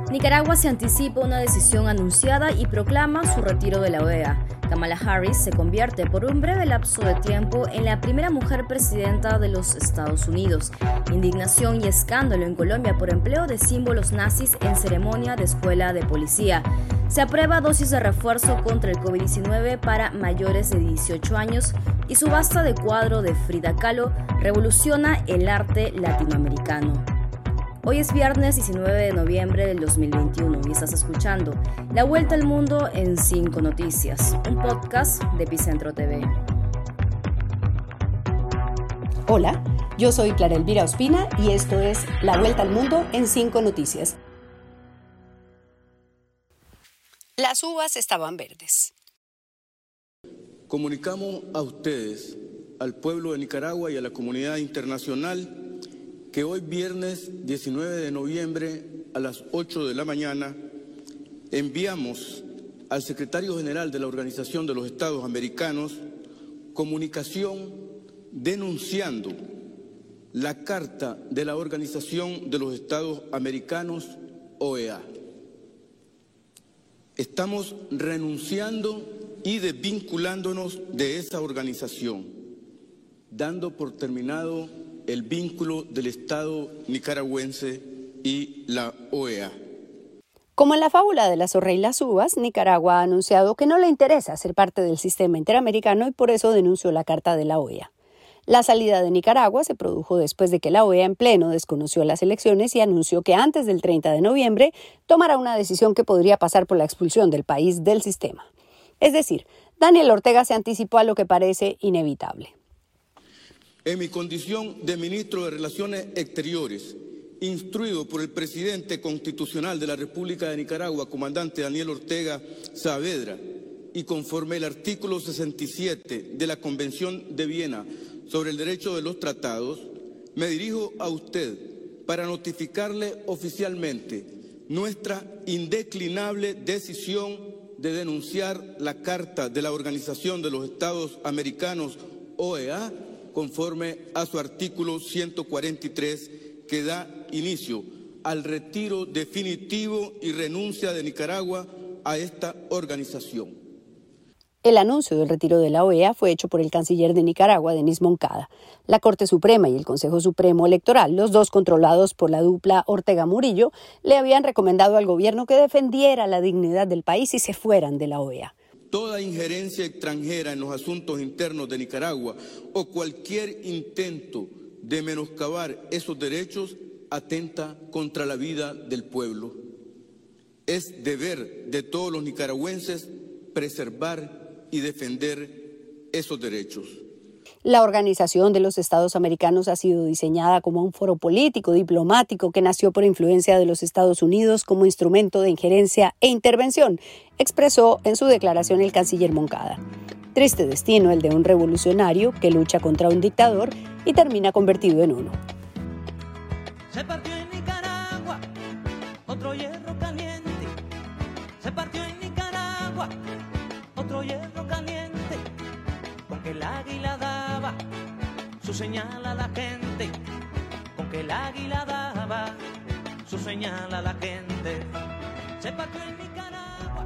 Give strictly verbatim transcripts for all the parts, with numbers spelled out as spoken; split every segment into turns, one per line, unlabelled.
Nicaragua se anticipa una decisión anunciada y proclama su retiro de la O E A. Kamala Harris se convierte por un breve lapso de tiempo en la primera mujer presidenta de los Estados Unidos. Indignación y escándalo en Colombia por empleo de símbolos nazis en ceremonia de escuela de policía. Se aprueba dosis de refuerzo contra el COVID diecinueve para mayores de dieciocho años y subasta de cuadro de Frida Kahlo revoluciona el arte latinoamericano. Hoy es viernes diecinueve de noviembre del dos mil veintiuno y estás escuchando La Vuelta al Mundo en cinco Noticias, un podcast de Epicentro T V.
Hola, yo soy Clara Elvira Ospina y esto es La Vuelta al Mundo en cinco Noticias. Las uvas estaban verdes.
Comunicamos a ustedes, al pueblo de Nicaragua y a la comunidad internacional que hoy viernes diecinueve de noviembre a las ocho de la mañana enviamos al secretario general de la Organización de los Estados Americanos comunicación denunciando la Carta de la Organización de los Estados Americanos, O E A. Estamos renunciando y desvinculándonos de esa organización, dando por terminado el vínculo del Estado nicaragüense y la O E A.
Como en la fábula de la zorra y las uvas, Nicaragua ha anunciado que no le interesa ser parte del sistema interamericano y por eso denunció la Carta de la O E A. La salida de Nicaragua se produjo después de que la O E A en pleno desconoció las elecciones y anunció que antes del treinta de noviembre tomará una decisión que podría pasar por la expulsión del país del sistema. Es decir, Daniel Ortega se anticipó a lo que parece inevitable.
En mi condición de ministro de Relaciones Exteriores, instruido por el presidente constitucional de la República de Nicaragua, comandante Daniel Ortega Saavedra, y conforme el artículo sesenta y siete de la Convención de Viena sobre el derecho de los tratados, me dirijo a usted para notificarle oficialmente nuestra indeclinable decisión de denunciar la Carta de la Organización de los Estados Americanos, O E A, conforme a su artículo ciento cuarenta y tres, que da inicio al retiro definitivo y renuncia de Nicaragua a esta organización.
El anuncio del retiro de la O E A fue hecho por el canciller de Nicaragua, Denis Moncada. La Corte Suprema y el Consejo Supremo Electoral, los dos controlados por la dupla Ortega-Murillo, le habían recomendado al gobierno que defendiera la dignidad del país y se fueran de la O E A.
Toda injerencia extranjera en los asuntos internos de Nicaragua o cualquier intento de menoscabar esos derechos atenta contra la vida del pueblo. Es deber de todos los nicaragüenses preservar y defender esos derechos.
La Organización de los Estados Americanos ha sido diseñada como un foro político, diplomático, que nació por influencia de los Estados Unidos como instrumento de injerencia e intervención, expresó en su declaración el canciller Moncada. Triste destino el de un revolucionario que lucha contra un dictador y termina convertido en uno.
Se partió en Nicaragua otro hierro caliente. Se partió en Nicaragua otro hierro caliente. Con que el águila daba su señal a la gente. Con que el águila daba su señal a la gente. Se partió en Nicaragua.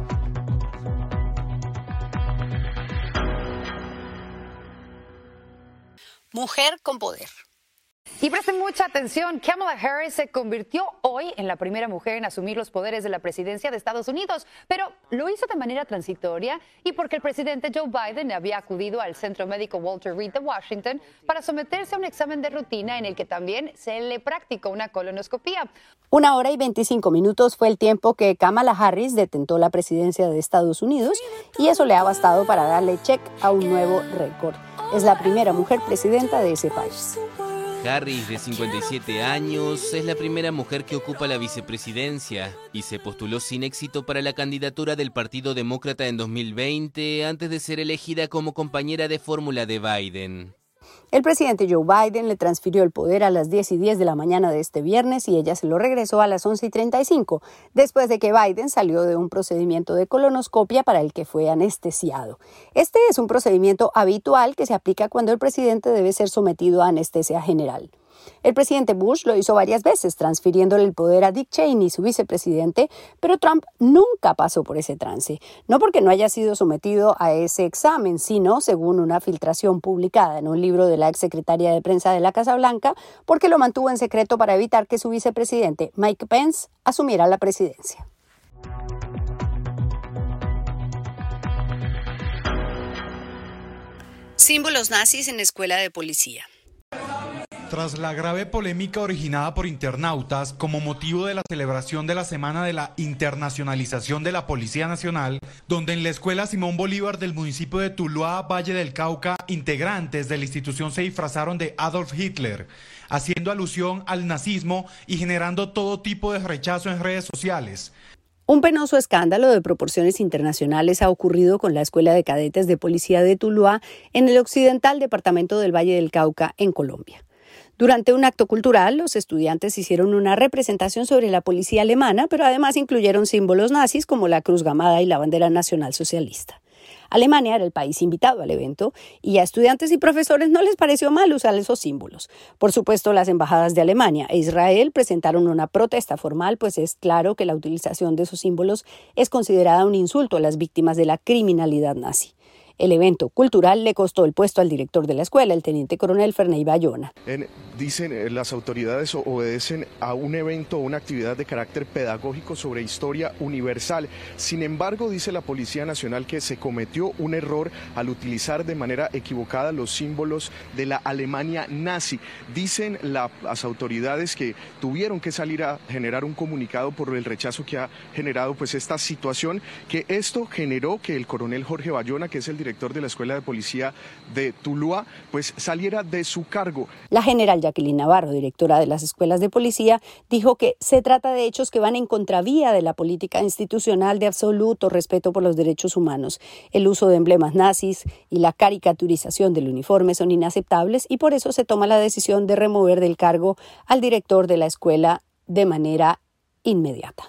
Mujer con poder.
Y presten mucha atención, Kamala Harris se convirtió hoy en la primera mujer en asumir los poderes de la presidencia de Estados Unidos, pero lo hizo de manera transitoria y porque el presidente Joe Biden había acudido al Centro Médico Walter Reed de Washington para someterse a un examen de rutina en el que también se le practicó una colonoscopía.
Una hora y veinticinco minutos fue el tiempo que Kamala Harris detentó la presidencia de Estados Unidos y eso le ha bastado para darle check a un nuevo récord. Es la primera mujer presidenta de ese país.
Harris, de cincuenta y siete años, es la primera mujer que ocupa la vicepresidencia y se postuló sin éxito para la candidatura del Partido Demócrata en dos mil veinte antes de ser elegida como compañera de fórmula de Biden.
El presidente Joe Biden le transfirió el poder a las diez y diez de la mañana de este viernes y ella se lo regresó a las once y treinta y cinco, después de que Biden salió de un procedimiento de colonoscopia para el que fue anestesiado. Este es un procedimiento habitual que se aplica cuando el presidente debe ser sometido a anestesia general. El presidente Bush lo hizo varias veces, transfiriéndole el poder a Dick Cheney, su vicepresidente, pero Trump nunca pasó por ese trance. No porque no haya sido sometido a ese examen, sino, según una filtración publicada en un libro de la exsecretaria de prensa de la Casa Blanca, porque lo mantuvo en secreto para evitar que su vicepresidente, Mike Pence, asumiera la presidencia. Símbolos nazis en escuela de policía.
Tras la grave polémica originada por internautas como motivo de la celebración de la Semana de la Internacionalización de la Policía Nacional, donde en la Escuela Simón Bolívar del municipio de Tuluá, Valle del Cauca, integrantes de la institución se disfrazaron de Adolf Hitler, haciendo alusión al nazismo y generando todo tipo de rechazo en redes sociales.
Un penoso escándalo de proporciones internacionales ha ocurrido con la Escuela de Cadetes de Policía de Tuluá en el occidental departamento del Valle del Cauca, en Colombia. Durante un acto cultural, los estudiantes hicieron una representación sobre la policía alemana, pero además incluyeron símbolos nazis como la cruz gamada y la bandera nacional socialista. Alemania era el país invitado al evento y a estudiantes y profesores no les pareció mal usar esos símbolos. Por supuesto, las embajadas de Alemania e Israel presentaron una protesta formal, pues es claro que la utilización de esos símbolos es considerada un insulto a las víctimas de la criminalidad nazi. El evento cultural le costó el puesto al director de la escuela, el teniente coronel Ferney Bayona.
En, dicen eh, las autoridades obedecen a un evento o una actividad de carácter pedagógico sobre historia universal. Sin embargo, dice la Policía Nacional que se cometió un error al utilizar de manera equivocada los símbolos de la Alemania nazi. Dicen la, las autoridades que tuvieron que salir a generar un comunicado por el rechazo que ha generado pues esta situación, que esto generó que el coronel Jorge Bayona, que es el director de la Escuela de Policía de Tuluá, pues saliera de su cargo.
La general Jacqueline Navarro, directora de las escuelas de policía, dijo que se trata de hechos que van en contravía de la política institucional de absoluto respeto por los derechos humanos. El uso de emblemas nazis y la caricaturización del uniforme son inaceptables y por eso se toma la decisión de remover del cargo al director de la escuela de manera inmediata.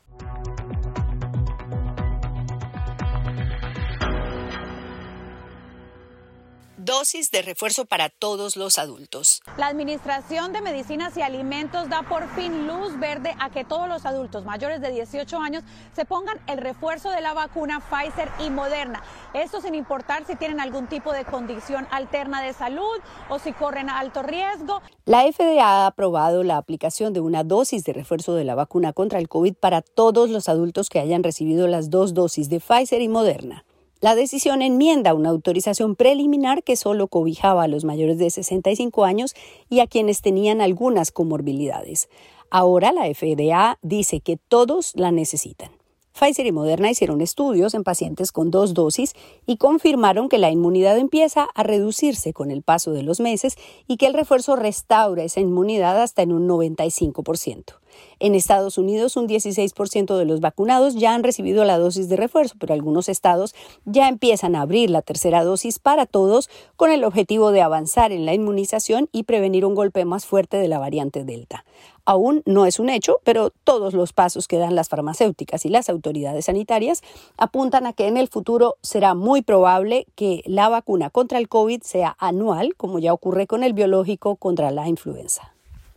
Dosis de refuerzo para todos los adultos.
La Administración de Medicinas y Alimentos da por fin luz verde a que todos los adultos mayores de dieciocho años se pongan el refuerzo de la vacuna Pfizer y Moderna. Esto sin importar si tienen algún tipo de condición alterna de salud o si corren alto riesgo.
La F D A ha aprobado la aplicación de una dosis de refuerzo de la vacuna contra el COVID para todos los adultos que hayan recibido las dos dosis de Pfizer y Moderna. La decisión enmienda una autorización preliminar que solo cobijaba a los mayores de sesenta y cinco años y a quienes tenían algunas comorbilidades. Ahora la F D A dice que todos la necesitan. Pfizer y Moderna hicieron estudios en pacientes con dos dosis y confirmaron que la inmunidad empieza a reducirse con el paso de los meses y que el refuerzo restaura esa inmunidad hasta en un noventa y cinco por ciento. En Estados Unidos, un dieciséis por ciento de los vacunados ya han recibido la dosis de refuerzo, pero algunos estados ya empiezan a abrir la tercera dosis para todos con el objetivo de avanzar en la inmunización y prevenir un golpe más fuerte de la variante Delta. Aún no es un hecho, pero todos los pasos que dan las farmacéuticas y las autoridades sanitarias apuntan a que en el futuro será muy probable que la vacuna contra el COVID sea anual, como ya ocurre con el biológico contra la influenza.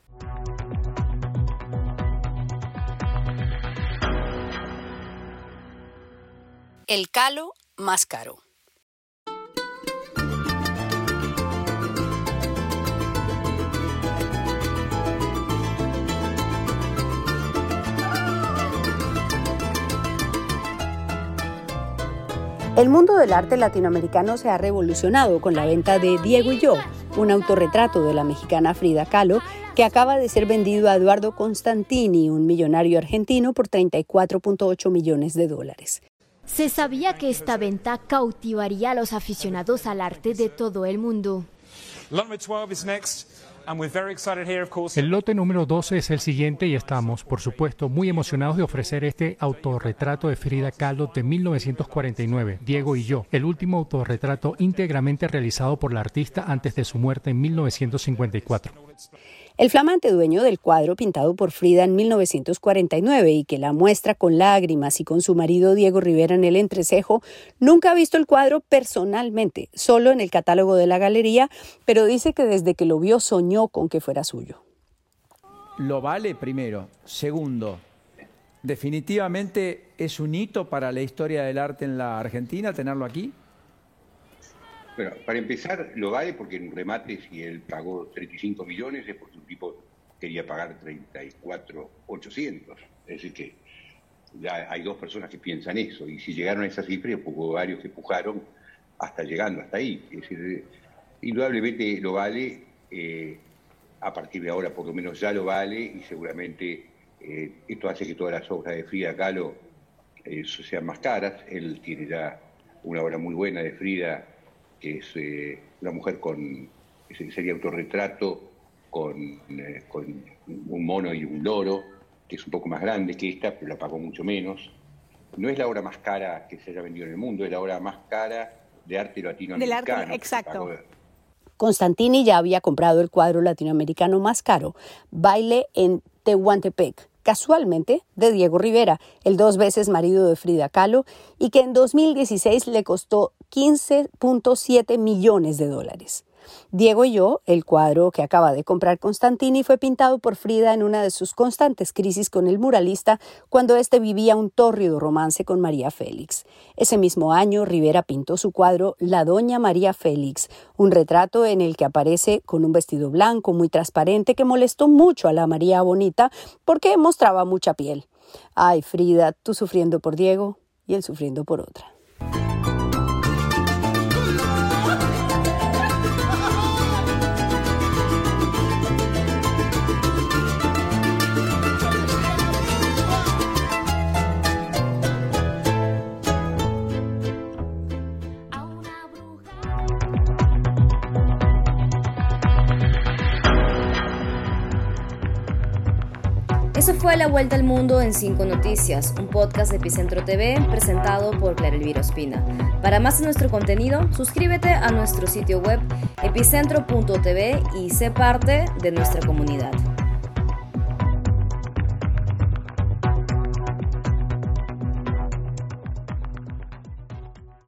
El calo más caro. El mundo del arte latinoamericano se ha revolucionado con la venta de Diego y yo, un autorretrato de la mexicana Frida Kahlo que acaba de ser vendido a Eduardo Constantini, un millonario argentino, por treinta y cuatro punto ocho millones de dólares.
Se sabía que esta venta cautivaría a los aficionados al arte de todo el mundo.
El lote número doce es el siguiente y estamos, por supuesto, muy emocionados de ofrecer este autorretrato de Frida Kahlo de mil novecientos cuarenta y nueve, Diego y yo, el último autorretrato íntegramente realizado por la artista antes de su muerte en mil novecientos cincuenta y cuatro.
El flamante dueño del cuadro pintado por Frida en mil novecientos cuarenta y nueve y que la muestra con lágrimas y con su marido Diego Rivera en el entrecejo, nunca ha visto el cuadro personalmente, solo en el catálogo de la galería, pero dice que desde que lo vio soñó con que fuera suyo.
Lo vale, primero. Segundo, definitivamente es un hito para la historia del arte en la Argentina tenerlo aquí.
Bueno, para empezar, lo vale porque en remate, si él pagó treinta y cinco millones, es porque un tipo quería pagar treinta y cuatro mil ochocientos. Es decir, que ya hay dos personas que piensan eso, y si llegaron a esa cifra, hubo varios que empujaron hasta llegando hasta ahí. Es decir, indudablemente lo vale, eh, a partir de ahora por lo menos ya lo vale, y seguramente eh, esto hace que todas las obras de Frida Kahlo eh, sean más caras. Él tiene ya una obra muy buena de Frida, que es eh, una mujer con, sería autorretrato, con, eh, con un mono y un loro, que es un poco más grande que esta, pero la pagó mucho menos. No es la obra más cara que se haya vendido en el mundo, es la obra más cara de arte latinoamericano.
Del arte, exacto.
Constantini ya había comprado el cuadro latinoamericano más caro, Baile en Tehuantepec, casualmente de Diego Rivera, el dos veces marido de Frida Kahlo, y que en dos mil dieciséis le costó quince punto siete millones de dólares. Diego y yo, el cuadro que acaba de comprar Constantini, fue pintado por Frida en una de sus constantes crisis con el muralista cuando éste vivía un tórrido romance con María Félix. Ese mismo año, Rivera pintó su cuadro La Doña María Félix, un retrato en el que aparece con un vestido blanco muy transparente que molestó mucho a la María Bonita porque mostraba mucha piel. Ay, Frida, tú sufriendo por Diego y él sufriendo por otra.
Eso fue La Vuelta al Mundo en cinco Noticias, un podcast de Epicentro T V presentado por Clara Elvira Ospina. Para más de nuestro contenido, suscríbete a nuestro sitio web epicentro punto t v y sé parte de nuestra comunidad.